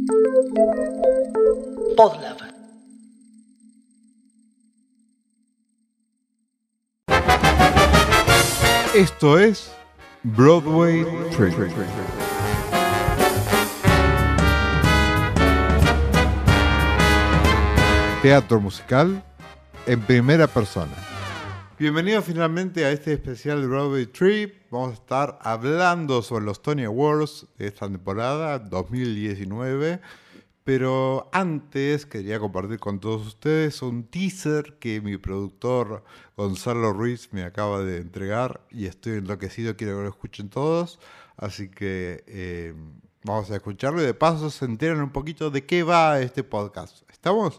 Podlab. Esto es Broadway Trip. Teatro musical en primera persona. Bienvenidos finalmente a este especial de Broadway Trip. Vamos a estar hablando sobre los Tony Awards de esta temporada 2019. Pero antes quería compartir con todos ustedes un teaser que mi productor Gonzalo Ruiz me acaba de entregar y estoy enloquecido, quiero que lo escuchen todos. Así que vamos a escucharlo y de paso se enteran un poquito de qué va este podcast. ¿Estamos?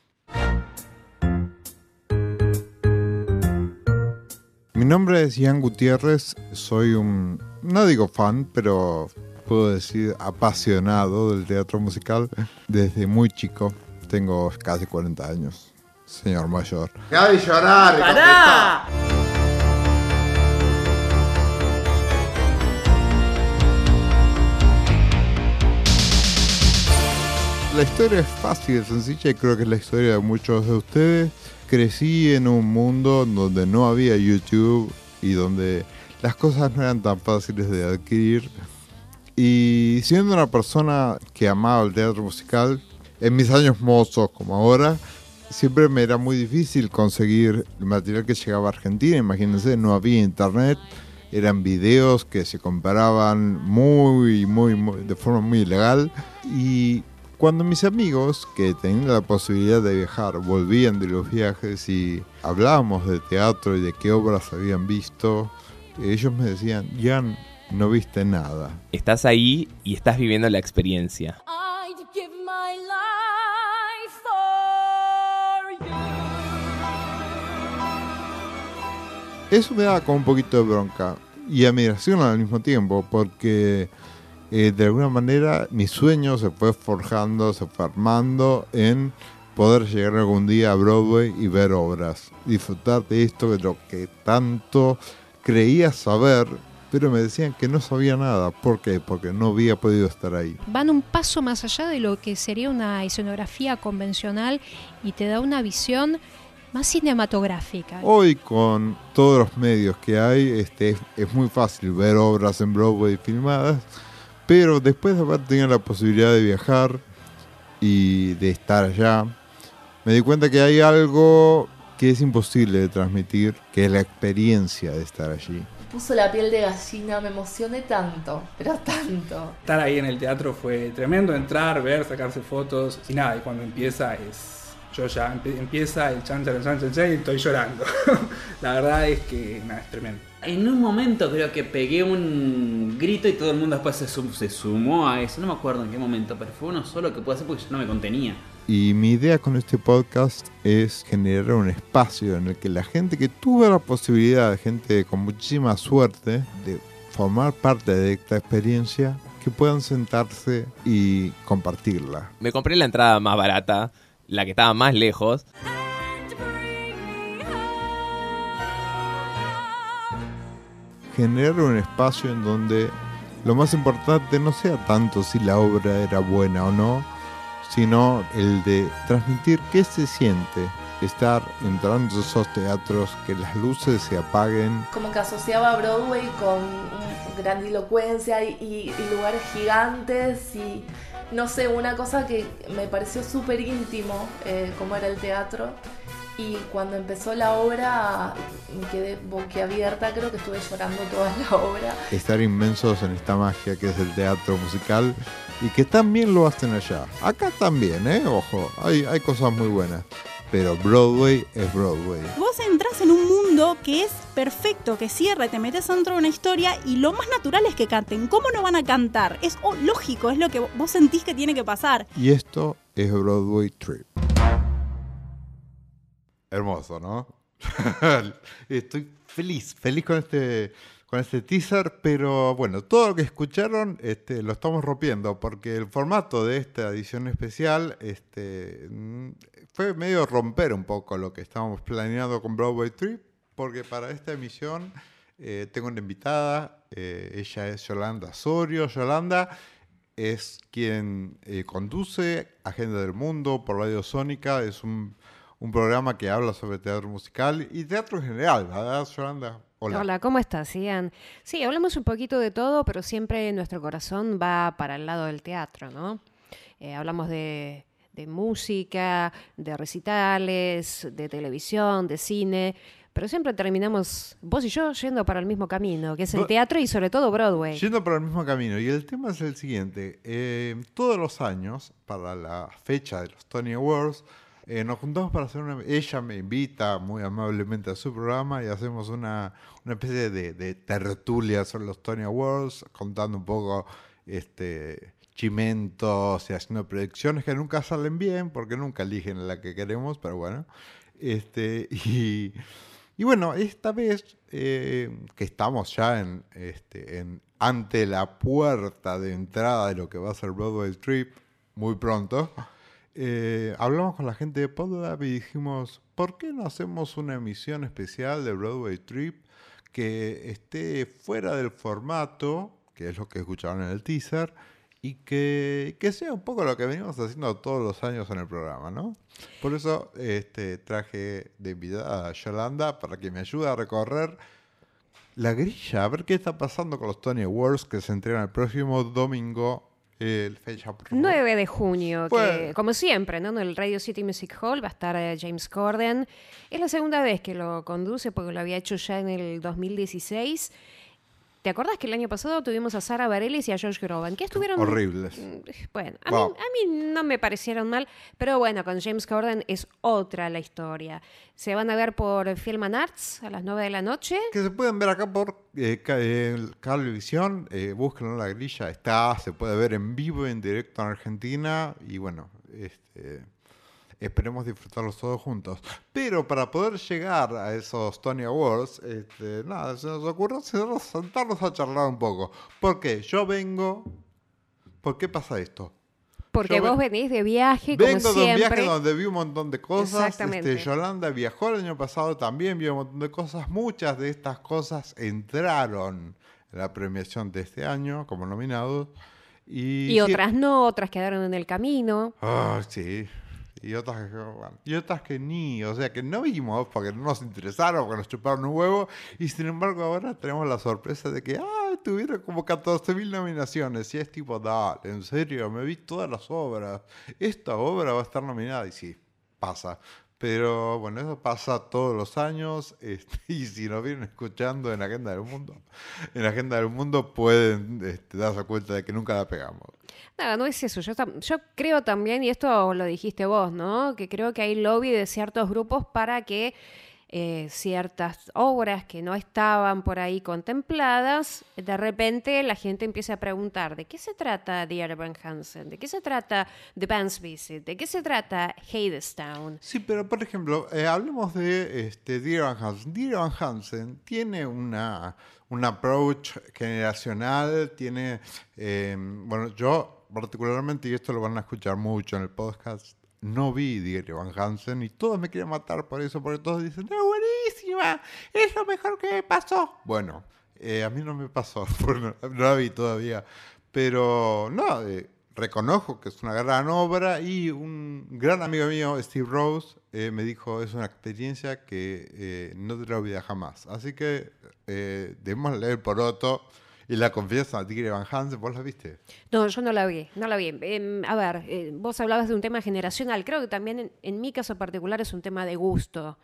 Mi nombre es Ian Gutiérrez, soy no digo fan, pero puedo decir apasionado del teatro musical desde muy chico. Tengo casi 40 años, señor mayor. ¡Deja de llorar! ¡Pará! La historia es fácil, sencilla y creo que es la historia de muchos de ustedes. Crecí en un mundo donde no había YouTube y donde las cosas no eran tan fáciles de adquirir. Y siendo una persona que amaba el teatro musical, en mis años mozos como ahora, siempre me era muy difícil conseguir el material que llegaba a Argentina. Imagínense, no había internet, eran videos que se compraban de forma muy ilegal. Y cuando mis amigos que tenían la posibilidad de viajar volvían de los viajes y hablábamos de teatro y de qué obras habían visto, ellos me decían: Jan, no viste nada. Estás ahí y estás viviendo la experiencia. I'd give my life for you. Eso me daba como un poquito de bronca y admiración al mismo tiempo, porque de alguna manera mi sueño se fue forjando, se fue armando en poder llegar algún día a Broadway y ver obras, disfrutar de esto, de lo que tanto creía saber, pero me decían que no sabía nada. ¿Por qué? Porque no había podido estar ahí. Van un paso más allá de lo que sería una escenografía convencional y te da una visión más cinematográfica. Hoy, con todos los medios que hay, es muy fácil ver obras en Broadway filmadas, pero después de haber tenido la posibilidad de viajar y de estar allá, me di cuenta que hay algo que es imposible de transmitir, que es la experiencia de estar allí. Puso la piel de gallina, me emocioné tanto, pero tanto. Estar ahí en el teatro fue tremendo, entrar, ver, sacarse fotos y nada, y cuando empieza empieza el chan y estoy llorando. La verdad es que nada, es tremendo. En un momento creo que pegué un grito y todo el mundo después se sumó a eso, no me acuerdo en qué momento, pero fue uno solo que pude hacer porque yo no me contenía. Y mi idea con este podcast es generar un espacio en el que la gente que tuvo la posibilidad, gente con muchísima suerte, de formar parte de esta experiencia, que puedan sentarse y compartirla. Me compré la entrada más barata, la que estaba más lejos. Generar un espacio en donde lo más importante no sea tanto si la obra era buena o no, sino el de transmitir qué se siente estar entrando en esos teatros, que las luces se apaguen. Como que asociaba a Broadway con grandilocuencia y lugares gigantes y no sé, una cosa que me pareció súper íntimo, como era el teatro. Y cuando empezó la obra me quedé boquiabierta, creo que estuve llorando toda la obra. Estar inmensos en esta magia que es el teatro musical y que también lo hacen allá. Acá también, ojo, hay cosas muy buenas. Pero Broadway es Broadway. Vos entrás en un mundo que es perfecto, que cierra, te metes dentro de una historia y lo más natural es que canten. ¿Cómo no van a cantar? Es lógico, es lo que vos sentís que tiene que pasar. Y esto es Broadway Trip. Hermoso, ¿no? Estoy feliz con este teaser, pero bueno, todo lo que escucharon lo estamos rompiendo, porque el formato de esta edición especial fue medio romper un poco lo que estábamos planeando con Broadway Trip, porque para esta emisión tengo una invitada, ella es Yolanda Osorio. Yolanda es quien conduce Agenda del Mundo por Radio Sónica. Es un programa que habla sobre teatro musical y teatro en general, ¿verdad, Yolanda? Hola. Hola, ¿cómo estás, Ian? Sí, hablamos un poquito de todo, pero siempre nuestro corazón va para el lado del teatro, ¿no? Hablamos de música, de recitales, de televisión, de cine, pero siempre terminamos, vos y yo, yendo para el mismo camino, que es el teatro y sobre todo Broadway. Yendo para el mismo camino. Y el tema es el siguiente. Todos los años, para la fecha de los Tony Awards, nos juntamos para hacer ella me invita muy amablemente a su programa y hacemos una especie de tertulia sobre los Tony Awards, contando un poco chimentos y haciendo predicciones que nunca salen bien, porque nunca eligen la que queremos, pero bueno. Y bueno, esta vez que estamos ya ante la puerta de entrada de lo que va a ser Broadway Trip muy pronto, hablamos con la gente de PodLab y dijimos, ¿por qué no hacemos una emisión especial de Broadway Trip que esté fuera del formato, que es lo que escucharon en el teaser, y que sea un poco lo que venimos haciendo todos los años en el programa, ¿no? Por eso traje de invitada a Yolanda para que me ayude a recorrer la grilla, a ver qué está pasando con los Tony Awards que se entregan el próximo domingo. Fecha, por favor. 9 de junio, Bueno. que como siempre, ¿no? En el Radio City Music Hall va a estar James Corden. Es la segunda vez que lo conduce porque lo había hecho ya en el 2016. ¿Te acordás que el año pasado tuvimos a Sarah Bareilles y a Josh Groban? Que estuvieron... Horribles. Bueno, Wow. a mí no me parecieron mal, pero bueno, con James Corden es otra la historia. Se van a ver por Film and Arts a las 9 de la noche. Que se pueden ver acá por Cablevisión, búsquenlo en la grilla, se puede ver en vivo, en directo en Argentina, y bueno, esperemos disfrutarlos todos juntos. Pero para poder llegar a esos Tony Awards, nada, se nos ocurrió sentarnos a charlar un poco. ¿Por qué? ¿Por qué pasa esto? Porque Yo vos venís de viaje, como Vengo de un siempre. viaje donde vi un montón de cosas. Exactamente. Yolanda viajó el año pasado, también vio un montón de cosas. Muchas de estas cosas entraron en la premiación de este año como nominados. Y otras no, otras quedaron en el camino. Sí. Y otras que ni, o sea, que no vimos porque no nos interesaron, porque nos chuparon un huevo. Y sin embargo ahora tenemos la sorpresa de que tuvieron como 14.000 nominaciones. Y es tipo, dale, en serio, me vi todas las obras. Esta obra va a estar nominada. Y sí, pasa. Pero bueno, eso pasa todos los años. Y si nos vienen escuchando en Agenda del Mundo pueden darse cuenta de que nunca la pegamos. Nada, no es eso. Yo creo también, y esto lo dijiste vos, ¿no? Que creo que hay lobby de ciertos grupos para que ciertas obras que no estaban por ahí contempladas, de repente la gente empieza a preguntar, ¿de qué se trata Dear Evan Hansen? ¿De qué se trata The Band's Visit? ¿De qué se trata Hadestown? Sí, pero por ejemplo, hablemos de Dear Evan Hansen. Dear Evan Hansen tiene un approach generacional, tiene, bueno, yo particularmente, y esto lo van a escuchar mucho en el podcast, no vi Dear Evan Hansen y todos me quieren matar por eso, porque todos dicen, ¡es buenísima! ¡Es lo mejor que me pasó! Bueno, a mí no me pasó, porque no la vi todavía, pero no, reconozco que es una gran obra y un gran amigo mío, Steve Rose, me dijo, es una experiencia que no te la olvidas jamás. Así que debemos leer el poroto y la confianza de Dear Evan Hansen. ¿Vos la viste? No, yo no la vi. A ver, vos hablabas de un tema generacional. Creo que también en mi caso particular es un tema de gusto.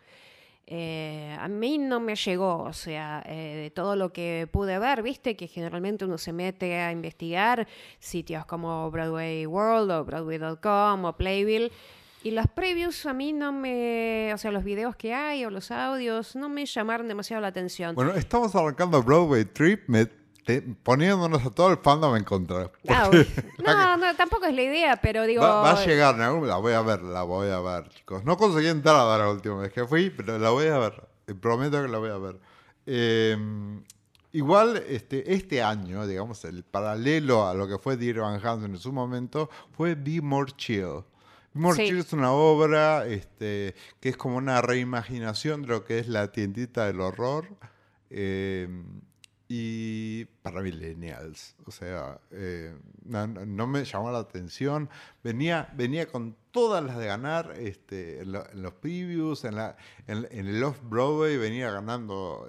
A mí no me llegó, o sea, de todo lo que pude ver, viste que generalmente uno se mete a investigar sitios como Broadway World o Broadway.com o Playbill. Y las previews a mí no me... O sea, los videos que hay o los audios no me llamaron demasiado la atención. Bueno, estamos arrancando Broadway Trip poniéndonos a todo el fandom en contra. No, tampoco es la idea, pero digo... Va a llegar, la voy a ver, chicos. No conseguí entrar la última vez que fui, pero la voy a ver. Prometo que la voy a ver. Igual, este año, digamos, el paralelo a lo que fue Dear Evan Hansen en su momento, fue Be More Chill. Be More Chill es una obra que es como una reimaginación de lo que es la tiendita del horror. y para millennials. O sea, no me llamó la atención. Venía con todas las de ganar en los previews, en el Off-Broadway venía ganando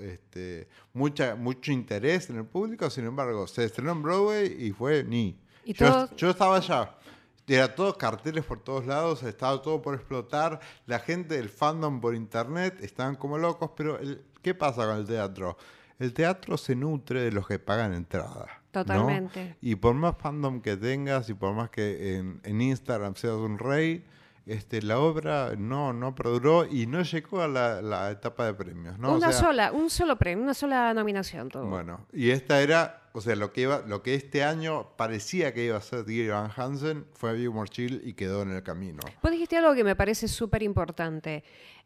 mucho interés en el público. Sin embargo, se estrenó en Broadway y fue ni. ¿Y Yo estaba allá. Era todo carteles por todos lados, estaba todo por explotar. La gente del fandom por internet estaban como locos, pero ¿qué pasa con el teatro? El teatro se nutre de los que pagan entrada. Totalmente. ¿No? Y por más fandom que tengas y por más que en Instagram seas un rey, la obra no perduró y no llegó a la etapa de premios, ¿no? Un solo premio, una sola nominación. Todo. Bueno, y esta era, o sea, lo que este año parecía que iba a ser Dear Evan Hansen fue Viggo Chill y quedó en el camino. Vos dijiste algo que me parece súper importante,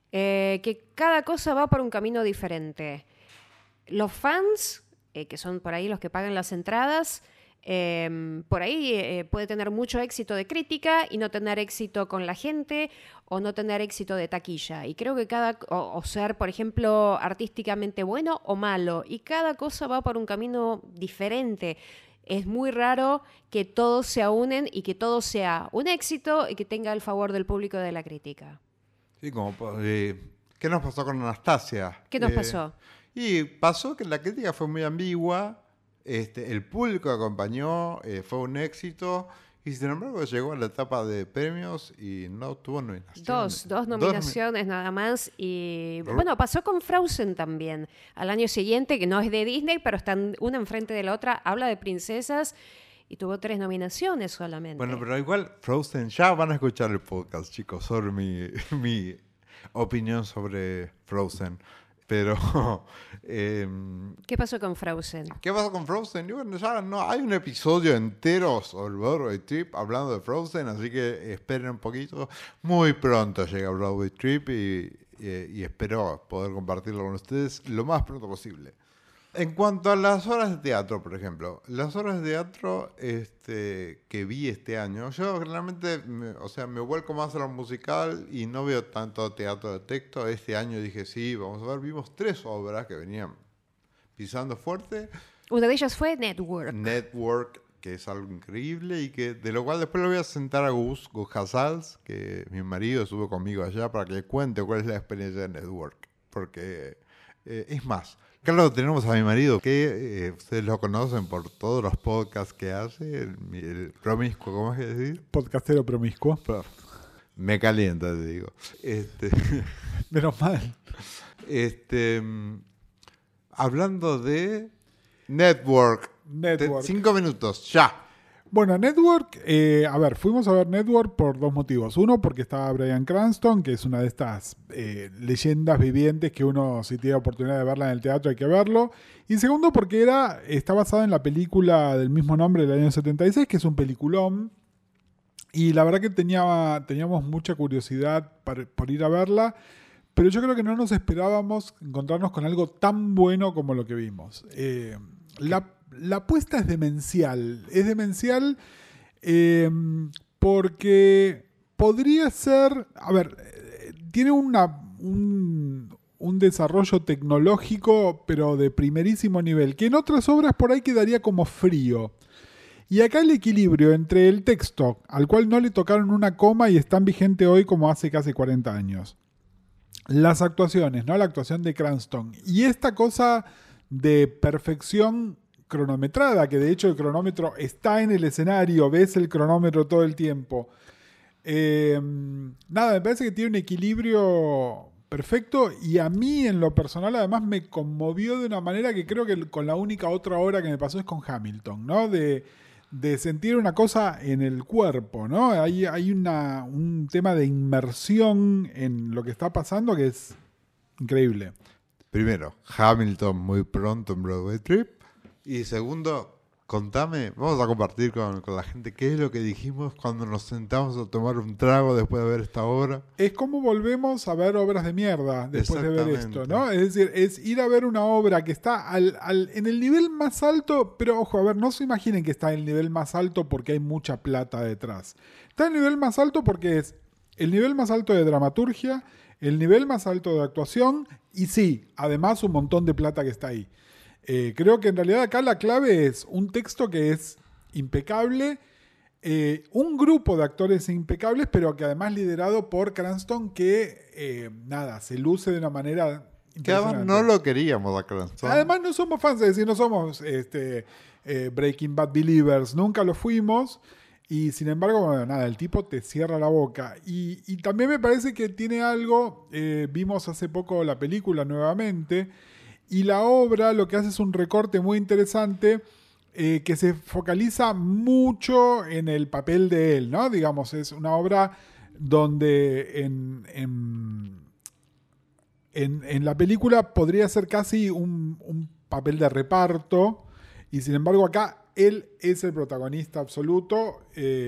que cada cosa va por un camino diferente. Los fans, que son por ahí los que pagan las entradas, por ahí puede tener mucho éxito de crítica y no tener éxito con la gente o no tener éxito de taquilla. Y creo que o ser, por ejemplo, artísticamente bueno o malo. Y cada cosa va por un camino diferente. Es muy raro que todos se unen y que todo sea un éxito y que tenga el favor del público y de la crítica. Sí, ¿qué nos pasó con Anastasia? ¿Qué nos pasó? Y pasó que la crítica fue muy ambigua. El público acompañó, fue un éxito y sin embargo llegó a la etapa de premios y no tuvo nominaciones. Dos nominaciones nada más y bueno, pasó con Frozen también al año siguiente, que no es de Disney, pero están una enfrente de la otra, habla de princesas y tuvo 3 nominaciones solamente. Bueno, pero igual Frozen, ya van a escuchar el podcast, chicos, sobre mi opinión sobre Frozen. Pero ¿qué pasó con Frozen? ¿Qué pasó con Frozen? Y bueno, ya no hay un episodio entero sobre Broadway Trip hablando de Frozen, así que esperen un poquito. Muy pronto llega Broadway Trip y espero poder compartirlo con ustedes lo más pronto posible. En cuanto a las obras de teatro, por ejemplo, las obras de teatro que vi este año, yo realmente, me vuelco más a lo musical y no veo tanto teatro de texto. Este año dije, sí, vamos a ver, vimos 3 obras que venían pisando fuerte. Una de ellas fue Network. Network, que es algo increíble y que de lo cual después le voy a sentar a Gus Casals, que mi marido estuvo conmigo allá, para que le cuente cuál es la experiencia de Network. Porque es más... Claro, tenemos a mi marido, que ustedes lo conocen por todos los podcasts que hace, el promiscuo, ¿cómo es que decir? Podcastero promiscuo. Me calienta, te digo. Menos mal. Hablando de Network. 5 minutos, ya. Bueno, Network, fuimos a ver Network por 2 motivos. Uno, porque estaba Bryan Cranston, que es una de estas leyendas vivientes que uno, si tiene oportunidad de verla en el teatro, hay que verlo. Y segundo, porque está basada en la película del mismo nombre del año 76, que es un peliculón. Y la verdad que teníamos mucha curiosidad por ir a verla, pero yo creo que no nos esperábamos encontrarnos con algo tan bueno como lo que vimos. La apuesta es demencial. Es demencial porque podría ser... tiene un desarrollo tecnológico, pero de primerísimo nivel, que en otras obras por ahí quedaría como frío. Y acá el equilibrio entre el texto, al cual no le tocaron una coma y es tan vigente hoy como hace casi 40 años. Las actuaciones, ¿no? La actuación de Cranston. Y esta cosa de perfección cronometrada, que de hecho el cronómetro está en el escenario, ves el cronómetro todo el tiempo. Me parece que tiene un equilibrio perfecto y a mí en lo personal además me conmovió de una manera que creo que con la única otra obra que me pasó es con Hamilton, ¿no? De sentir una cosa en el cuerpo, ¿no? Hay un tema de inmersión en lo que está pasando que es increíble. Primero, Hamilton muy pronto en Broadway Trip. Y segundo, contame, vamos a compartir con la gente qué es lo que dijimos cuando nos sentamos a tomar un trago después de ver esta obra. Es como volvemos a ver obras de mierda después de ver esto, ¿no? Es decir, es ir a ver una obra que está en el nivel más alto, pero ojo, no se imaginen que está en el nivel más alto porque hay mucha plata detrás. Está en el nivel más alto porque es el nivel más alto de dramaturgia, el nivel más alto de actuación y sí, además un montón de plata que está ahí. Creo que en realidad acá la clave es un texto que es impecable, un grupo de actores impecables, pero que además liderado por Cranston, que se luce de una manera que además no lo queríamos a Cranston. Además no somos fans, es decir, no somos Breaking Bad believers, nunca lo fuimos. Y sin embargo, bueno, nada, el tipo te cierra la boca. Y también me parece que tiene algo, vimos hace poco la película nuevamente, y la obra lo que hace es un recorte muy interesante que se focaliza mucho en el papel de él, ¿no? Digamos, es una obra donde en la película podría ser casi un papel de reparto, y sin embargo acá él es el protagonista absoluto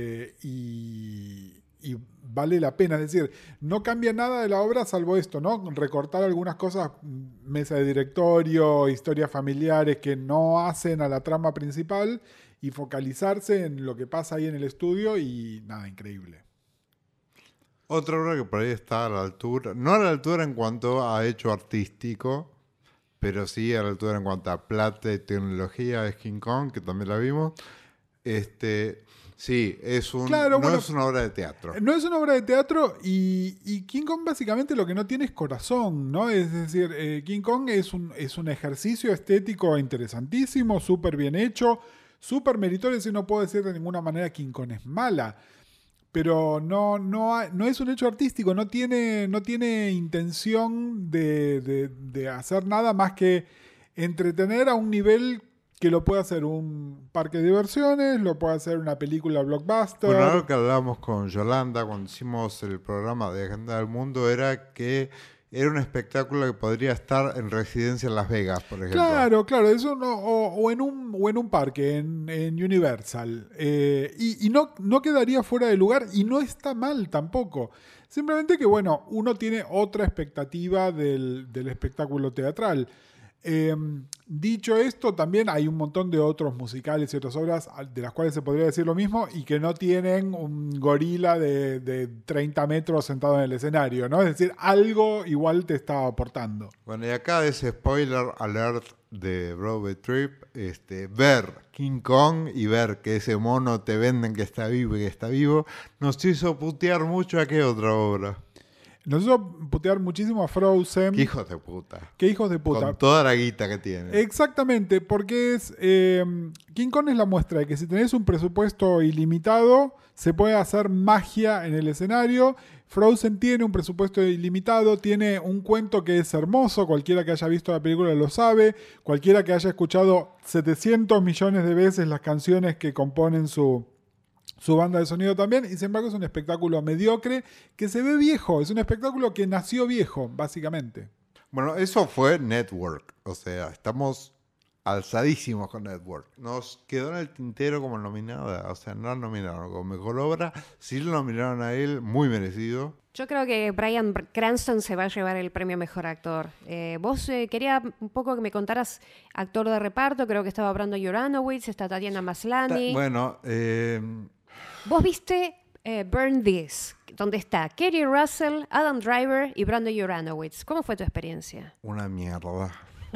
y vale la pena. Es decir, no cambia nada de la obra salvo esto, ¿no? Recortar algunas cosas, mesa de directorio, historias familiares que no hacen a la trama principal y focalizarse en lo que pasa ahí en el estudio y nada, increíble. Otra obra que por ahí está a la altura, no a la altura en cuanto a hecho artístico, pero sí a la altura en cuanto a plata y tecnología, es King Kong, que también la vimos. Sí, es no es una obra de teatro. No es una obra de teatro y King Kong básicamente lo que no tiene es corazón, ¿no? Es decir, King Kong es un ejercicio estético interesantísimo, súper bien hecho, súper meritorio, y no puedo decir de ninguna manera que King Kong es mala. Pero no es un hecho artístico, no tiene intención de hacer nada más que entretener a un nivel que lo puede hacer un parque de diversiones, lo puede hacer una película blockbuster. Bueno, algo que hablábamos con Yolanda cuando hicimos el programa de Agenda del Mundo era que era un espectáculo que podría estar en Residencia en Las Vegas, por ejemplo. Claro, eso no, o en un parque, en Universal. Y no quedaría fuera de lugar y no está mal tampoco. Simplemente que, bueno, uno tiene otra expectativa del espectáculo teatral. Dicho esto, también hay un montón de otros musicales y otras obras de las cuales se podría decir lo mismo y que no tienen un gorila de 30 metros sentado en el escenario, ¿no? Es decir, algo igual te está aportando. Bueno, y acá ese spoiler alert de Broadway Trip, ver King Kong y ver que ese mono te venden que está vivo y que está vivo, nos hizo putear mucho a qué otra obra. Nos hizo putear muchísimo a Frozen. ¡Qué hijos de puta! ¡Qué hijos de puta! Con toda la guita que tiene. Exactamente, porque King Kong es la muestra de que si tenés un presupuesto ilimitado, se puede hacer magia en el escenario. Frozen tiene un presupuesto ilimitado, tiene un cuento que es hermoso, cualquiera que haya visto la película lo sabe, cualquiera que haya escuchado 700 millones de veces las canciones que componen su banda de sonido también, y sin embargo es un espectáculo mediocre que se ve viejo, es un espectáculo que nació viejo, básicamente. Bueno, eso fue Network, o sea, estamos alzadísimos con Network. Nos quedó en el tintero como nominada, o sea, no nominaron como mejor obra, sí lo nominaron a él, muy merecido. Yo creo que Bryan Cranston se va a llevar el premio Mejor Actor. Vos quería un poco que me contaras actor de reparto, creo que estaba Brandon Uranowitz, está Tatiana Maslany. Bueno, vos viste Burn This, donde está Kerry Russell, Adam Driver y Brandon Uranowitz. ¿Cómo fue tu experiencia? Una mierda.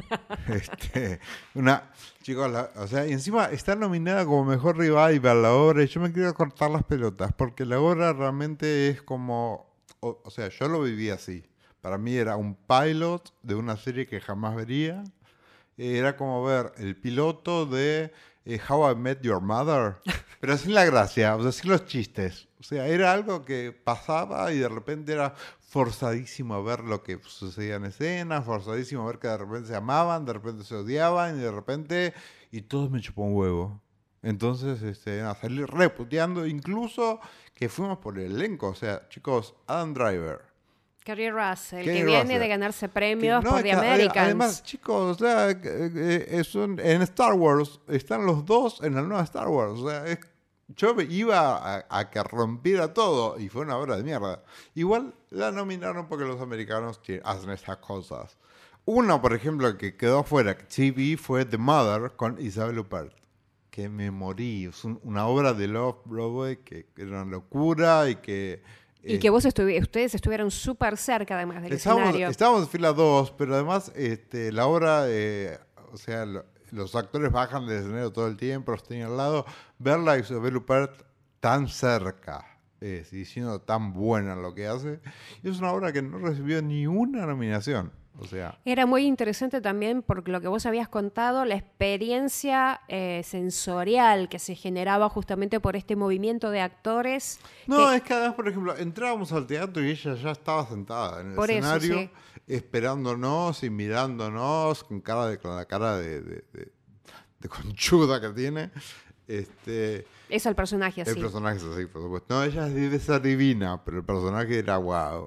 Chicos, o sea, y encima está nominada como mejor revival la obra y yo me quiero cortar las pelotas porque la obra realmente es como, o sea, yo lo viví así. Para mí era un pilot de una serie que jamás vería. Era como ver el piloto de How I Met Your Mother, pero sin la gracia, o sea, sin los chistes. O sea, era algo que pasaba y de repente era forzadísimo a ver lo que sucedía en escena, forzadísimo a ver que de repente se amaban, de repente se odiaban y de repente... Y todo me chupó un huevo. Entonces, salí reputeando, incluso que fuimos por el elenco. O sea, chicos, Adam Driver, Kerry Russell, que viene de ganarse premios por The Americans. Además, chicos, o sea, en Star Wars están los dos en la nueva Star Wars. O sea, yo iba a que rompiera todo y fue una obra de mierda. Igual la nominaron porque los americanos hacen estas cosas. Uno, por ejemplo, que quedó fuera, que sí vi, fue The Mother con Isabelle Huppert. Que me morí. Es una obra de Love Broadway que era una locura y que... Y que ustedes estuvieron súper cerca además del escenario. Estábamos en fila 2, pero además la obra, o sea, los actores bajan del escenario todo el tiempo, los tienen al lado. Verla a Isabelle Huppert tan cerca, y siendo tan buena en lo que hace, y es una obra que no recibió ni una nominación. O sea, Era muy interesante también por lo que vos habías contado, la experiencia sensorial que se generaba justamente por este movimiento de actores. no, es que además, por ejemplo, entrábamos al teatro y ella ya estaba sentada en el Por eso, escenario, sí. esperándonos y mirándonos con la cara de conchuda que tiene. Es el personaje así. El personaje es así, por supuesto. No, ella debe ser divina, pero el personaje era guau.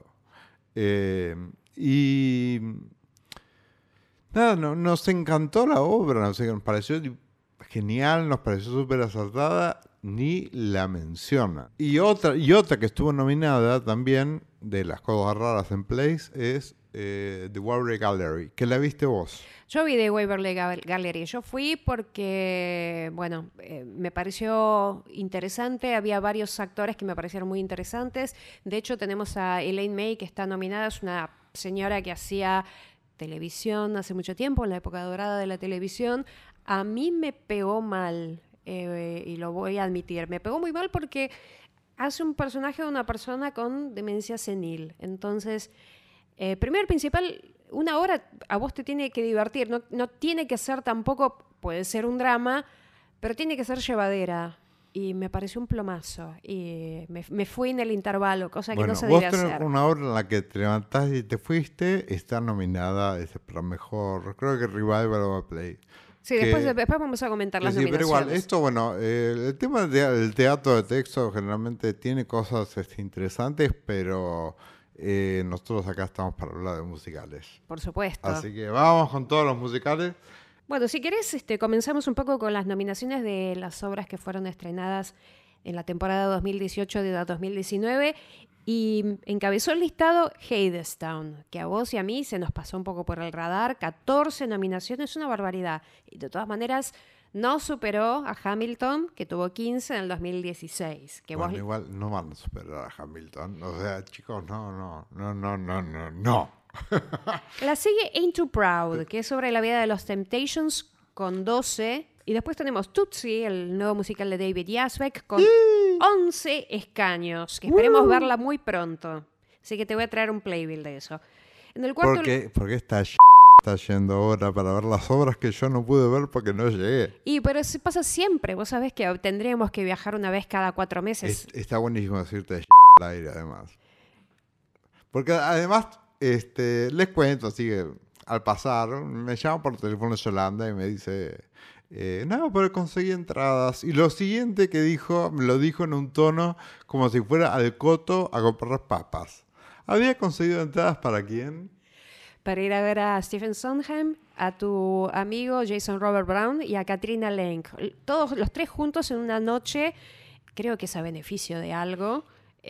Y nada, nos encantó la obra, nos pareció genial, nos pareció súper acertada, ni la menciona. Y otra que estuvo nominada también, de las cosas raras en Place, es The Waverly Gallery, que la viste vos. Yo vi The Waverly Gallery. Yo fui porque, bueno, me pareció interesante. Había varios actores que me parecieron muy interesantes. De hecho, tenemos a Elaine May, que está nominada. Es una señora que hacía televisión hace mucho tiempo, en la época dorada de la televisión. A mí me pegó mal, y lo voy a admitir. Me pegó muy mal porque hace un personaje de una persona con demencia senil. Entonces, primero y principal, una obra a vos te tiene que divertir, no tiene que ser tampoco, puede ser un drama, pero tiene que ser llevadera. Y me pareció un plomazo. Y me fui en el intervalo, cosa que no se debe vos tenés hacer. una obra en la que te levantás y te fuiste, está nominada para mejor, creo que Revival of a Play. Sí, después vamos a comentar las Sí, pero nominaciones. igual, esto, bueno, el tema del teatro de texto generalmente tiene cosas interesantes, pero nosotros acá estamos para hablar de musicales. Por supuesto. Así que vamos con todos los musicales. Bueno, si querés, comenzamos un poco con las nominaciones de las obras que fueron estrenadas en la temporada 2018 de 2019. Y encabezó el listado Hadestown, que a vos y a mí se nos pasó un poco por el radar. 14 nominaciones, una barbaridad. Y de todas maneras, no superó a Hamilton, que tuvo 15 en el 2016. Que Bueno, vos... igual no van a superar a Hamilton. O sea, chicos, no. La sigue Ain't Too Proud, que es sobre la vida de los Temptations, con 12. Y después tenemos Tootsie, el nuevo musical de David Yazbek, con 11 escaños, que esperemos verla muy pronto. Así que te voy a traer un playbill de eso. En el cuarto... Porque está yendo ahora para ver las obras que yo no pude ver porque no llegué. Pero eso pasa siempre. Vos sabés que tendríamos que viajar una vez cada 4 meses. Está buenísimo decirte al aire, además. Porque además, les cuento, así que al pasar, me llama por teléfono Yolanda y me dice... no, pero conseguí entradas. Y lo siguiente que dijo, me lo dijo en un tono como si fuera al Coto a comprar papas. ¿Había conseguido entradas para quién? Para ir a ver a Stephen Sondheim, a tu amigo Jason Robert Brown y a Katrina Lenk. Todos los tres juntos en una noche, creo que es a beneficio de algo.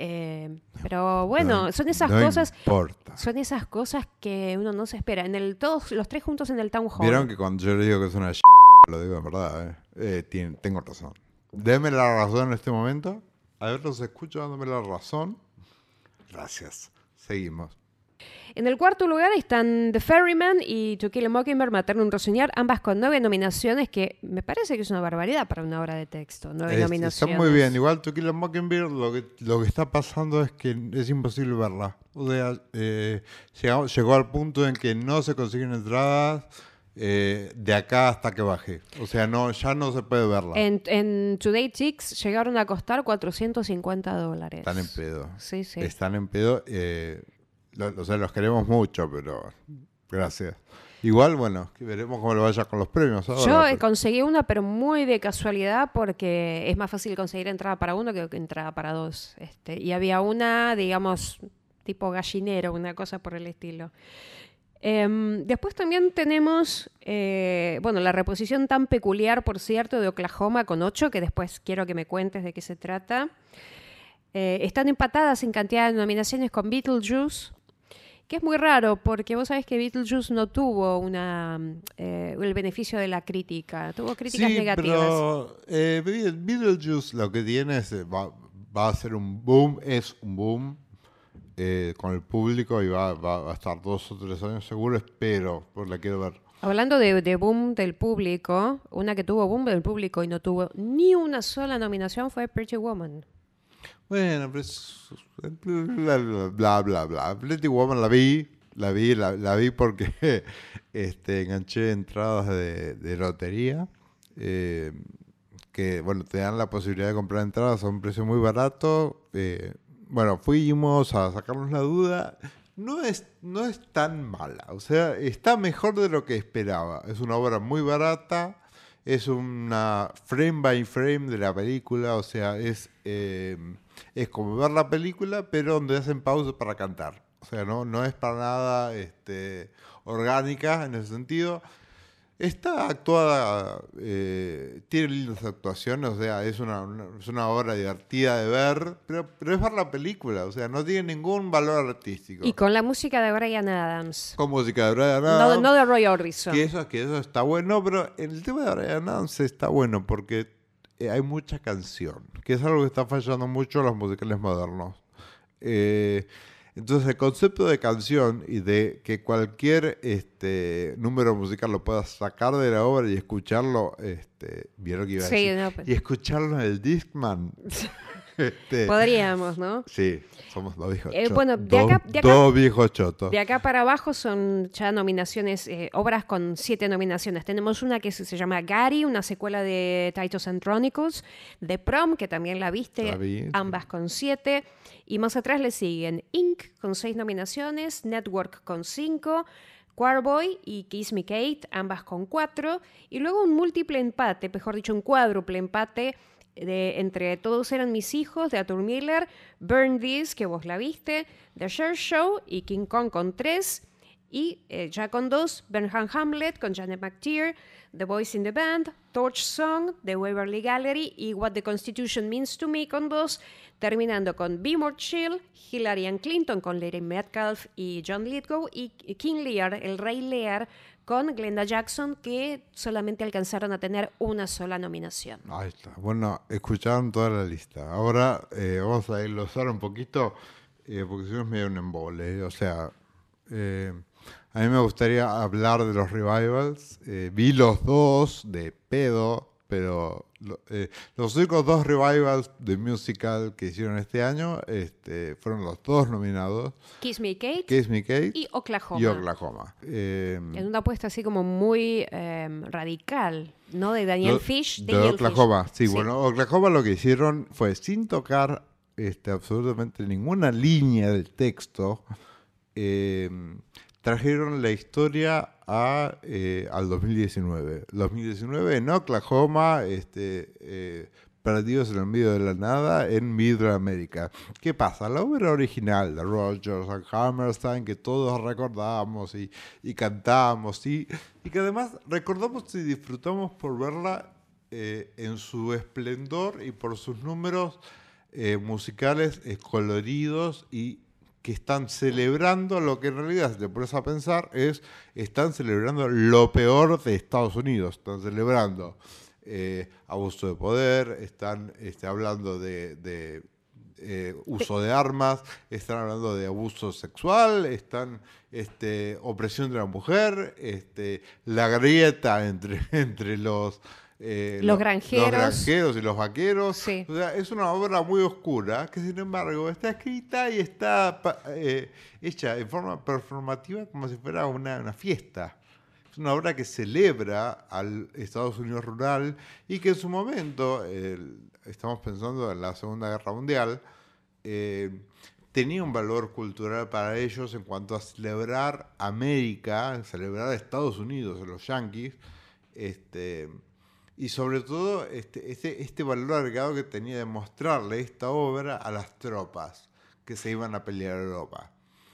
Pero bueno, son esas cosas. Importa. Son esas cosas que uno no se espera. Todos los tres juntos en el Town Hall. Vieron que cuando yo le digo que es una lo digo en verdad, tengo razón. Deme la razón en este momento. A ver, los escucho dándome la razón. Gracias. Seguimos. En el cuarto lugar están The Ferryman y To Kill a Mockingbird, Matar un Ruiseñor, ambas con 9 nominaciones, que me parece que es una barbaridad para una obra de texto. 9 nominaciones. Está muy bien. Igual To Kill a Mockingbird, lo que está pasando es que es imposible verla. O sea, llegó al punto en que no se consiguen entradas de acá hasta que baje. O sea, ya no se puede verla. En Today Chicks llegaron a costar $450. Están en pedo. Sí, sí. Están en pedo. O sea, los queremos mucho, pero gracias. Igual, bueno, que veremos cómo le vaya con los premios ahora. Yo conseguí una, pero muy de casualidad, porque es más fácil conseguir entrada para uno que entrada para dos. Y había una, digamos, tipo gallinero, una cosa por el estilo. Después también tenemos, la reposición tan peculiar, por cierto, de Oklahoma con 8, que después quiero que me cuentes de qué se trata. Están empatadas en cantidad de nominaciones con Beetlejuice, que es muy raro porque vos sabés que Beetlejuice no tuvo el beneficio de la crítica, tuvo críticas negativas. Pero Beetlejuice lo que tiene es, va a ser un boom, es un boom con el público y va a estar 2 o 3 años seguro, espero, pues la quiero ver. Hablando de boom del público, una que tuvo boom del público y no tuvo ni una sola nominación fue Pretty Woman. Bueno, pues bla, bla, bla, bla. Pretty Woman la vi porque enganché entradas de lotería. Que, bueno, te dan la posibilidad de comprar entradas a un precio muy barato. Bueno, fuimos a sacarnos la duda. No es tan mala, o sea, está mejor de lo que esperaba. Es una obra muy barata, es una frame by frame de la película, o sea, es como ver la película, pero donde hacen pausa para cantar. O sea, no es para nada orgánica en ese sentido. Está actuada, tiene lindas actuaciones, o sea, es una obra divertida de ver, pero es ver la película, o sea, no tiene ningún valor artístico. Y con la música de Bryan Adams. Con música de Bryan Adams. No de Roy Orbison. Que eso está bueno, pero el tema de Bryan Adams está bueno porque hay mucha canción, que es algo que está fallando mucho en los musicales modernos. Entonces el concepto de canción y de que cualquier número musical lo puedas sacar de la obra y escucharlo, ¿vieron lo que iba a decir? No, pues. Y escucharlo en el Discman. Podríamos, ¿no? Sí, somos dos viejos chotos. Bueno, dos viejos chotos. De acá para abajo son ya nominaciones, obras con 7 nominaciones. Tenemos una que se llama Gary, una secuela de Titus Andronicus, The Prom, que también la viste, ambas con 7. Y más atrás le siguen Inc. con 6 nominaciones, Network con 5, Quarboy y Kiss Me Kate, ambas con 4. Y luego un múltiple empate, mejor dicho, un cuádruple empate entre Todos eran mis hijos, de Arthur Miller, Burn This, que vos la viste, The Cher Show y King Kong con 3. Y ya con 2, Bernhard Hamlet con Janet McTeer, The Boys in the Band, Torch Song, The Waverly Gallery y What the Constitution Means to Me con 2, terminando con Be More Chill, Hillary and Clinton con Lady Metcalf y John Lithgow y King Lear, el Rey Lear, con Glenda Jackson, que solamente alcanzaron a tener una sola nominación. Ahí está. Bueno, escucharon toda la lista. Ahora vamos a desglosar un poquito, porque si no es medio un embole. O sea, a mí me gustaría hablar de los revivals. Vi los dos de pedo, pero los únicos 2 revivals de musical que hicieron este año fueron los 2 nominados. Kiss Me Kate y Oklahoma. En una apuesta así como muy radical, ¿no? De Daniel Fish. De Oklahoma, Fish. Sí, bueno, Oklahoma lo que hicieron fue sin tocar absolutamente ninguna línea del texto, trajeron la historia al 2019. 2019 en Oklahoma, perdidos en el medio de la nada en Middle America. ¿Qué pasa? La obra original de Rodgers and Hammerstein, que todos recordamos y cantamos, y que además recordamos y disfrutamos por verla en su esplendor y por sus números musicales coloridos y que están celebrando lo que en realidad, si te pones a pensar, están celebrando lo peor de Estados Unidos. Están celebrando abuso de poder, están hablando de uso de armas, están hablando de abuso sexual, están opresión de la mujer, la grieta entre los granjeros y los vaqueros. Sí. O sea, es una obra muy oscura que, sin embargo, está escrita y está hecha en forma performativa como si fuera una fiesta. Es una obra que celebra al Estados Unidos rural y que en su momento, estamos pensando en la Segunda Guerra Mundial, tenía un valor cultural para ellos en cuanto a celebrar América, celebrar a Estados Unidos, a los yanquis, y sobre todo este valor agregado que tenía de mostrarle esta obra a las tropas que se iban a pelear a Europa.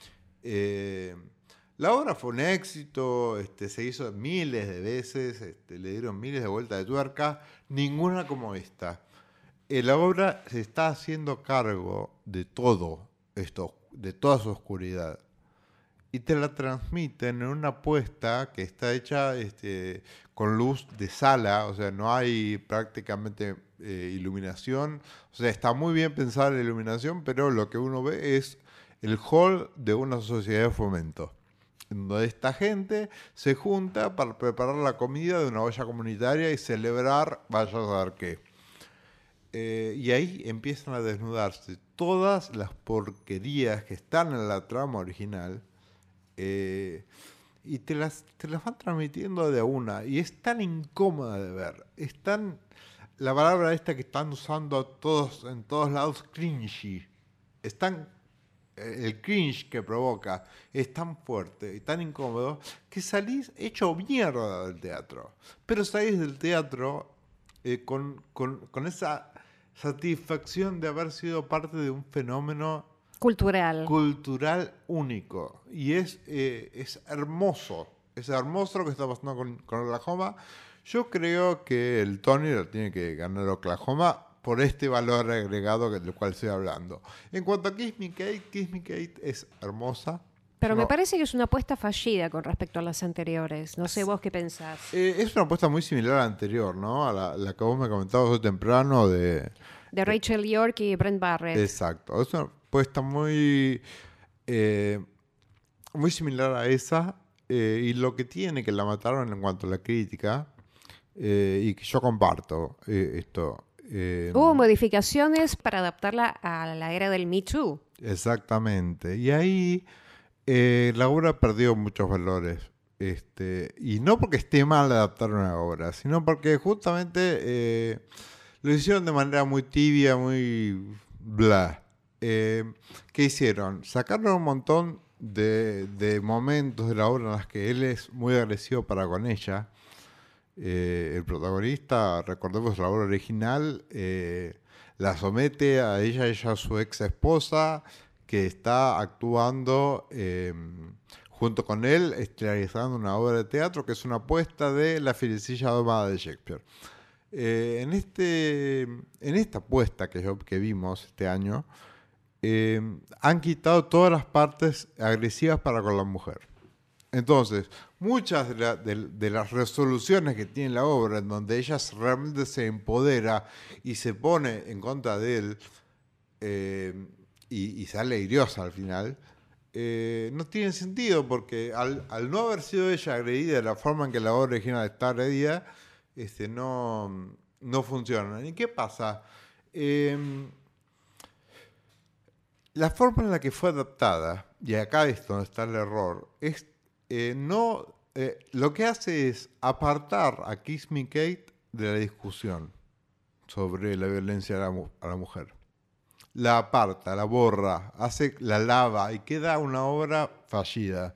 La obra fue un éxito, se hizo miles de veces, le dieron miles de vueltas de tuerca, ninguna como esta. La obra se está haciendo cargo de todo esto, de toda su oscuridad. Y te la transmiten en una puesta que está hecha con luz de sala, o sea, no hay prácticamente iluminación. O sea, está muy bien pensada la iluminación, pero lo que uno ve es el hall de una sociedad de fomento. donde esta gente se junta para preparar la comida de una olla comunitaria y celebrar, vaya a saber qué. Y ahí empiezan a desnudarse todas las porquerías que están en la trama original, y te las van transmitiendo de una, y es tan incómoda de ver, es tan, la palabra esta que están usando todos en todos lados, cringy, es tan, el cringe que provoca es tan fuerte y tan incómodo que salís hecho mierda del teatro, pero salís del teatro con esa satisfacción de haber sido parte de un fenómeno cultural único. Y es hermoso. Es hermoso lo que está pasando con Oklahoma. Yo creo que el Tony lo tiene que ganar Oklahoma por este valor agregado del cual estoy hablando. En cuanto a Kiss Me Kate es hermosa. Pero me parece que es una apuesta fallida con respecto a las anteriores. No sé vos qué pensás. Es una apuesta muy similar a la anterior, ¿no? A la que vos me comentabas hoy temprano de Rachel York y Brent Barrett. Exacto. Es una apuesta muy similar a esa. Y lo que tiene, que la mataron en cuanto a la crítica, y que yo comparto esto. Hubo modificaciones para adaptarla a la era del Me Too. Exactamente. Y ahí la obra perdió muchos valores. Y no porque esté mal adaptar una obra, sino porque justamente lo hicieron de manera muy tibia, muy bla. ¿Qué hicieron? Sacaron un montón de momentos de la obra en las que él es muy agresivo para con ella. El protagonista, recordemos la obra original, la somete a ella a su ex esposa, que está actuando junto con él, estelarizando una obra de teatro que es una apuesta de La Fierecilla domada de Shakespeare. En esta apuesta que vimos este año, han quitado todas las partes agresivas para con la mujer. Entonces, muchas de las resoluciones que tiene la obra, en donde ella realmente se empodera y se pone en contra de él, y sale airiosa al final, no tienen sentido, porque al no haber sido ella agredida de la forma en que la obra original está agredida, no funcionan. ¿Y qué pasa? La forma en la que fue adaptada, y acá es donde está el error, es lo que hace es apartar a Kiss Me Kate de la discusión sobre la violencia a la mujer. La aparta, la borra, la lava y queda una obra fallida.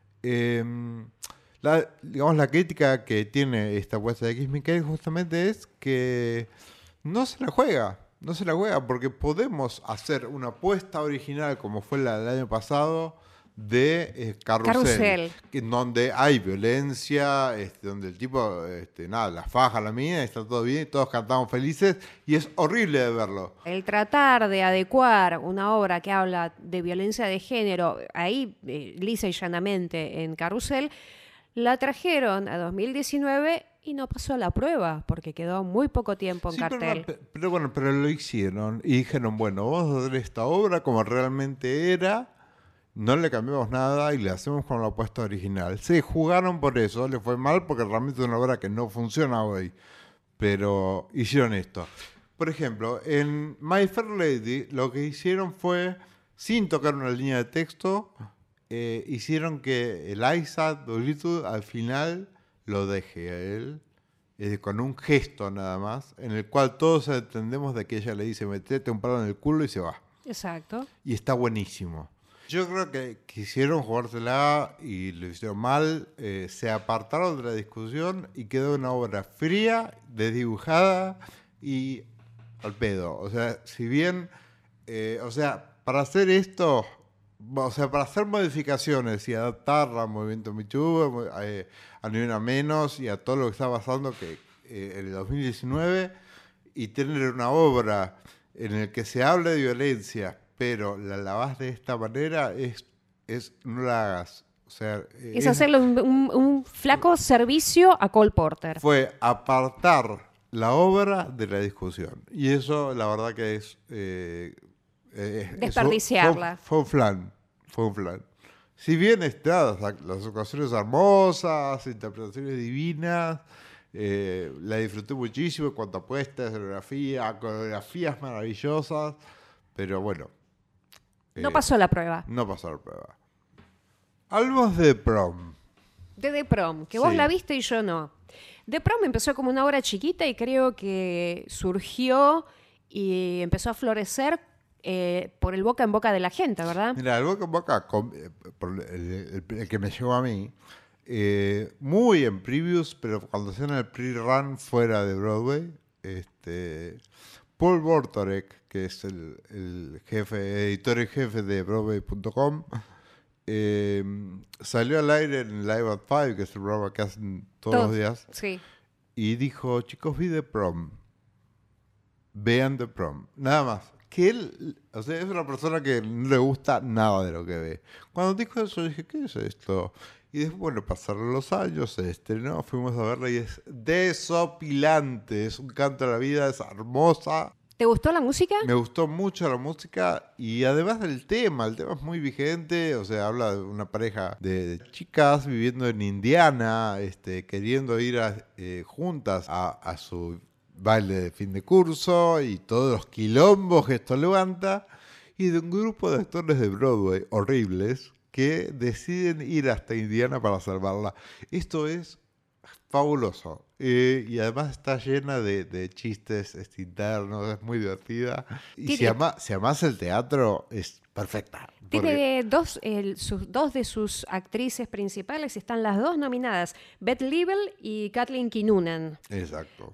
La crítica que tiene esta apuesta de Kiss Me Kate justamente es que no se la juega porque podemos hacer una apuesta original como fue la del año pasado de Carrusel. En donde hay violencia, donde el tipo la faja a la mina, está todo bien, todos cantamos felices y es horrible de verlo. El tratar de adecuar una obra que habla de violencia de género, ahí lisa y llanamente en Carrusel, la trajeron a 2019 y no pasó la prueba porque quedó muy poco tiempo en cartel. Pero lo hicieron y dijeron, bueno, vamos a hacer esta obra como realmente era, no le cambiamos nada y le hacemos con la apuesta original. Se jugaron por eso, le fue mal porque realmente es una obra que no funciona hoy, pero hicieron esto. Por ejemplo, en My Fair Lady lo que hicieron fue, sin tocar una línea de texto, hicieron que Eliza Doolittle al final lo deje a él, con un gesto nada más, en el cual todos entendemos de que ella le dice metete un palo en el culo y se va. Exacto. Y está buenísimo. Yo creo que quisieron jugársela y lo hicieron mal, se apartaron de la discusión y quedó una obra fría, desdibujada y al pedo. O sea, si bien, para hacer esto, para hacer modificaciones y adaptarla al movimiento Me Too, a Ni Una Menos y a todo lo que está pasando en el 2019, y tener una obra en la que se hable de violencia, pero la lavas de esta manera, no la hagas. O sea, es hacerle un flaco servicio a Cole Porter. Fue apartar la obra de la discusión. Y eso, la verdad que es... desperdiciarla. Fue un flan. Si bien están las actuaciones hermosas, interpretaciones divinas, la disfruté muchísimo en cuanto a puesta, escenografía, coreografías maravillosas, pero bueno. No pasó la prueba. No pasó la prueba. Hablamos de Prom. De The Prom, que vos Sí. la viste y yo no. The Prom empezó como una obra chiquita y creo que surgió y empezó a florecer por el boca en boca de la gente, ¿verdad? Mira, el boca en boca, por el que me llegó a mí, muy en previews, pero cuando hacían el pre-run fuera de Broadway, Paul Bortorek, que es el jefe, editor en jefe de Broadway.com, salió al aire en Live at 5, que es el programa que hacen todos los días, Sí. y dijo, chicos, vi The Prom. Vean The Prom. Nada más. Que él, o sea, es una persona que no le gusta nada de lo que ve. Cuando dijo eso, dije, ¿qué es esto? Y después, bueno, pasaron los años, se estrenó, fuimos a verla y es desopilante. Es un canto a la vida, es hermosa. ¿Te gustó la música? Me gustó mucho la música y además del tema, el tema es muy vigente, o sea, habla de una pareja de chicas viviendo en Indiana, queriendo ir juntas a su baile de fin de curso y todos los quilombos que esto levanta, y de un grupo de actores de Broadway horribles que deciden ir hasta Indiana para salvarla. Esto es fabuloso. Y además está llena de chistes internos, es muy divertida. Y si amás el teatro, es perfecta. Tiene dos de sus actrices principales, están las dos nominadas, Beth Leavel y Kathleen Kinnunen. Exacto.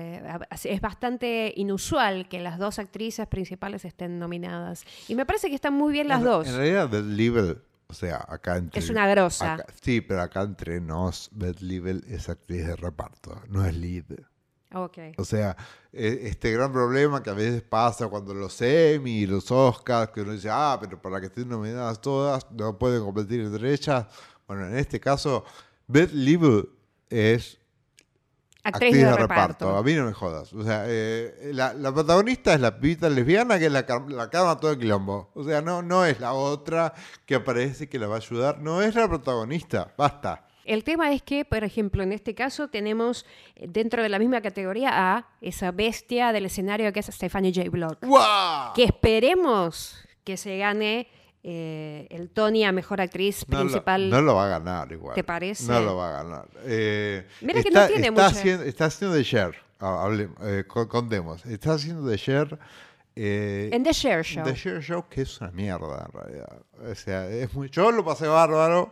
Es bastante inusual que las dos actrices principales estén nominadas. Y me parece que están muy bien las dos. En realidad, Beth Leavel, o sea, acá entre... Es una grosa. Sí, pero acá entre nos, Beth Leavel es actriz de reparto, no es lead. Okay. O sea, este gran problema que a veces pasa cuando los Emmy y los Oscars, que uno dice, pero para que estén nominadas todas, no pueden competir entre ellas. Bueno, en este caso, Beth Leavel es actriz de reparto. A mí no me jodas. O sea, la protagonista es la pibita lesbiana que es la calma todo el quilombo. O sea, no es la otra que aparece que la va a ayudar. No es la protagonista. Basta. El tema es que, por ejemplo, en este caso tenemos dentro de la misma categoría a esa bestia del escenario que es Stephanie J. Block. ¡Wow! Que esperemos que se gane el Tony a Mejor Actriz Principal. No lo va a ganar igual. ¿Te parece? No lo va a ganar. Mira que no tiene mucha... Está haciendo de Cher. Contemos. Está haciendo de Cher... en The Cher Show. The Cher Show, que es una mierda en realidad. O sea, yo lo pasé bárbaro.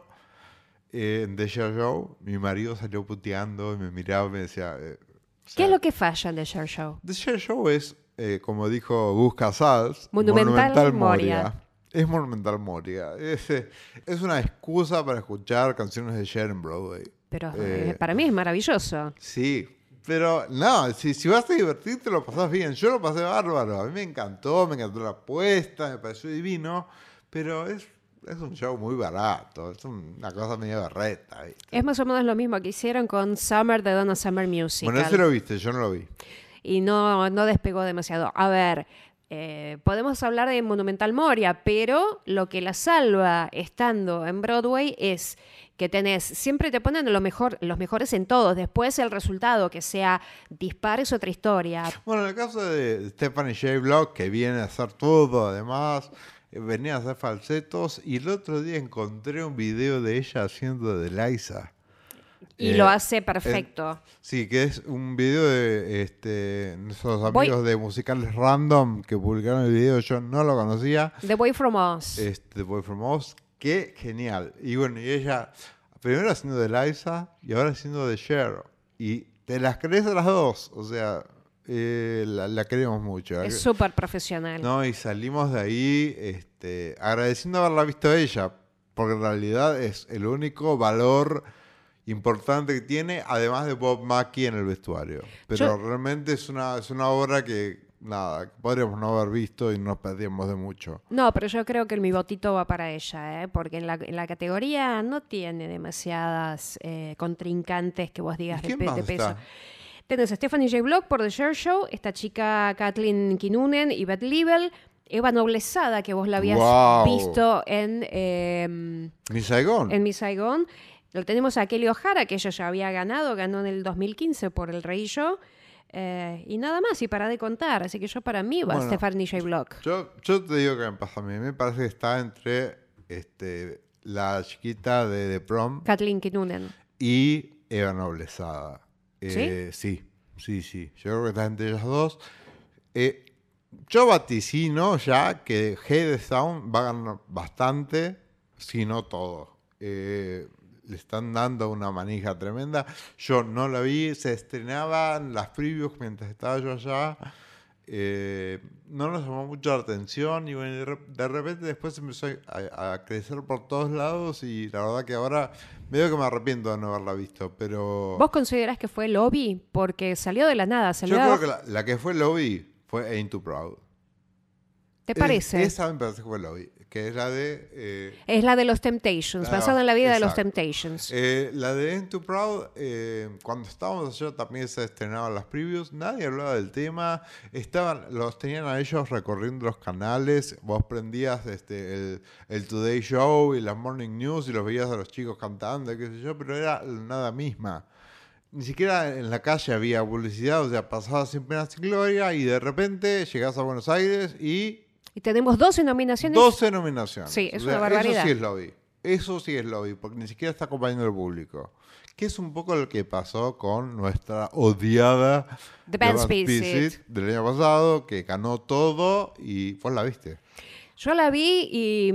En The Cher Show, mi marido salió puteando y me miraba y me decía... ¿Qué es lo que falla en The Cher Show? The Cher Show es, como dijo Gus Casals, Monumental Moria. Es Monumental Moria. Es una excusa para escuchar canciones de Cher en Broadway. Pero para mí es maravilloso. Sí, pero no, si vas a divertirte lo pasás bien. Yo lo pasé bárbaro. A mí me encantó la apuesta, me pareció divino, pero es un show muy barato, es una cosa medio berreta. ¿Viste? Es más o menos lo mismo que hicieron con Summer de Donna Summer Musical. Bueno, ese lo viste, yo no lo vi. Y no despegó demasiado. A ver, podemos hablar de Monumental Moria, pero lo que la salva estando en Broadway es que siempre te ponen los mejores en todos. Después el resultado que sea dispar es otra historia. Bueno, en el caso de Stephanie J. Block, que viene a hacer todo, además... venía a hacer falsetos y el otro día encontré un video de ella haciendo de Liza. Y lo hace perfecto. Sí, que es un video de nuestros amigos de Musicales Random que publicaron el video, yo no lo conocía. The Boy From Oz. The Boy From Oz, qué genial. Y bueno, y ella primero haciendo de Liza y ahora haciendo de Cher. Y te las crees a las dos, o sea... la queremos mucho. Es súper profesional. No, y salimos de ahí agradeciendo haberla visto a ella, porque en realidad es el único valor importante que tiene, además de Bob Mackie en el vestuario. Pero realmente es una obra que podríamos no haber visto y nos perdíamos de mucho. No, pero yo creo que mi votito va para ella, porque en la categoría no tiene demasiadas contrincantes que vos digas de peso. Está? Tenés a Stephanie J. Block por The Cher Show, esta chica Kathleen Kinnunen y Beth Leavel, Eva Noblezada, que vos la habías Wow. visto en Mi Saigón. Miss Saigon. Lo tenemos a Kelly O'Hara, que ella ya había ganó en el 2015 por El Rey y Yo. Y nada más, y para de contar. Así que para mí va Bueno, Stephanie J. Block. Yo te digo que me pasa a mí. Me parece que está entre la chiquita de The Prom Kathleen Kinnunen. y Eva Noblezada. ¿Sí? Sí. Yo creo que está entre ellas dos. Yo vaticino ya que Hadestown va a ganar bastante, si no todo. Le están dando una manija tremenda. Yo no la vi, se estrenaban las previews mientras estaba yo allá. No nos llamó mucho la atención y bueno, de repente después empezó a crecer por todos lados y la verdad que ahora medio que me arrepiento de no haberla visto, pero... ¿Vos considerás que fue lobby? Porque salió de la nada. Yo creo que la que fue lobby fue Ain't Too Proud. ¿Te parece? Esa me parece que fue lobby, que es la de... Es la de los Temptations, basada en la vida de los exacto. Temptations. La de Ain't Too Proud, cuando estábamos allá también se estrenaban las previews, nadie hablaba del tema, los tenían a ellos recorriendo los canales, vos prendías el Today Show y las Morning News y los veías a los chicos cantando, qué sé yo, pero era nada misma. Ni siquiera en la calle había publicidad, o sea, pasaba sin pena sin gloria y de repente llegás a Buenos Aires y... Y tenemos 12 nominaciones. 12 nominaciones. Sí, es O sea, una barbaridad. Eso sí es lobby, porque ni siquiera está acompañando al público. Que es un poco lo que pasó con nuestra odiada The Band's Visit del año pasado, que ganó todo y vos la viste. Yo la vi y,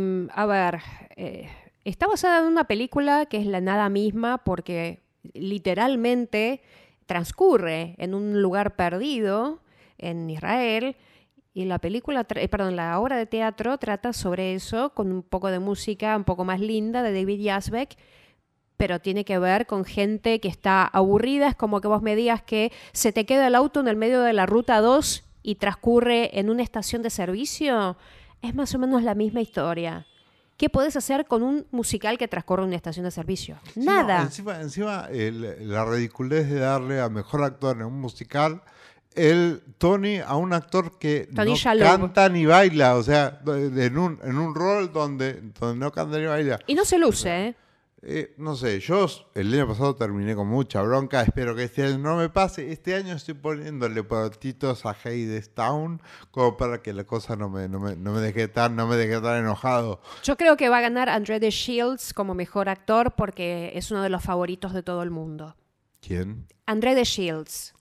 está basada en una película que es la nada misma porque literalmente transcurre en un lugar perdido en Israel. Y la la obra de teatro trata sobre eso, con un poco de música un poco más linda de David Yazbek, pero tiene que ver con gente que está aburrida. Es como que vos me digas que se te queda el auto en el medio de la ruta 2 y transcurre en una estación de servicio. Es más o menos la misma historia. ¿Qué podés hacer con un musical que transcurre en una estación de servicio? Nada. No, encima la ridiculez de darle a mejor actor en un musical el Tony a un actor que Tony no Shalhoub. canta ni baila, o sea, en un rol donde no canta ni baila. Y no se luce, No sé, yo el año pasado terminé con mucha bronca, espero que este año no me pase. Este año estoy poniéndole parotitos a Hadestown como para que la cosa no me deje tan enojado. Yo creo que va a ganar André de Shields como mejor actor porque es uno de los favoritos de todo el mundo. ¿Quién? André de Shields.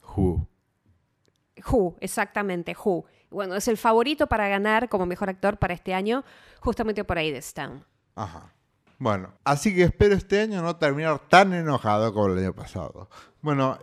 Who, exactamente, Who. Bueno, es el favorito para ganar como mejor actor para este año, justamente por Hadestown. Ajá. Bueno, así que espero este año no terminar tan enojado como el año pasado. Bueno,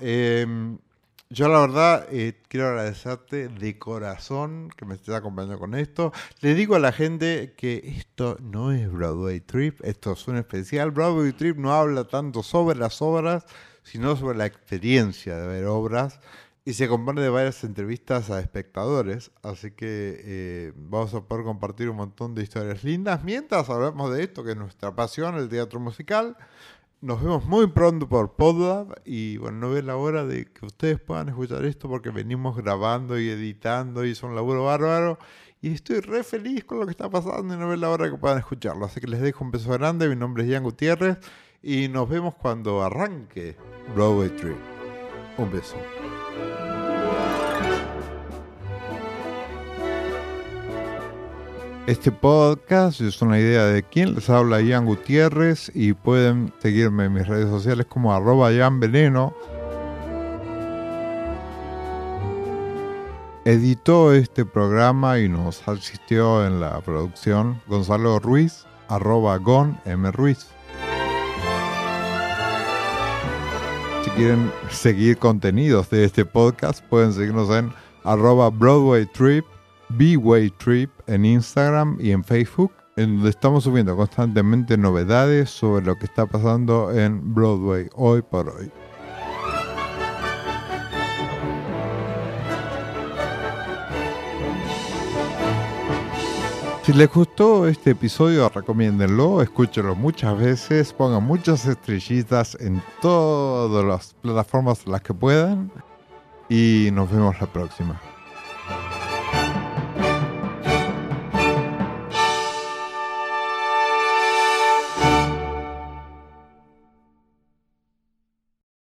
yo la verdad quiero agradecerte de corazón que me estés acompañando con esto. Le digo a la gente que esto no es Broadway Trip, esto es un especial. Broadway Trip no habla tanto sobre las obras, sino sobre la experiencia de ver obras. Y se compone de varias entrevistas a espectadores, así que vamos a poder compartir un montón de historias lindas mientras hablamos de esto, que es nuestra pasión, el teatro musical. Nos vemos muy pronto por Podlab y bueno, no veo la hora de que ustedes puedan escuchar esto porque venimos grabando y editando y es un laburo bárbaro y estoy re feliz con lo que está pasando y no veo la hora de que puedan escucharlo. Así que les dejo un beso grande, mi nombre es Ian Gutiérrez y nos vemos cuando arranque Broadway Trip. Un beso. Este podcast es una idea de quien les habla, Ian Gutiérrez, y pueden seguirme en mis redes sociales como @IanVeneno. Editó este programa y nos asistió en la producción Gonzalo Ruiz, @GonMRuiz. Si quieren seguir contenidos de este podcast, pueden seguirnos en @BroadwayTrip, B-Way Trip en Instagram y en Facebook, en donde estamos subiendo constantemente novedades sobre lo que está pasando en Broadway hoy por hoy. Si les gustó este episodio, recomiéndenlo, escúchenlo muchas veces, pongan muchas estrellitas en todas las plataformas en las que puedan y nos vemos la próxima.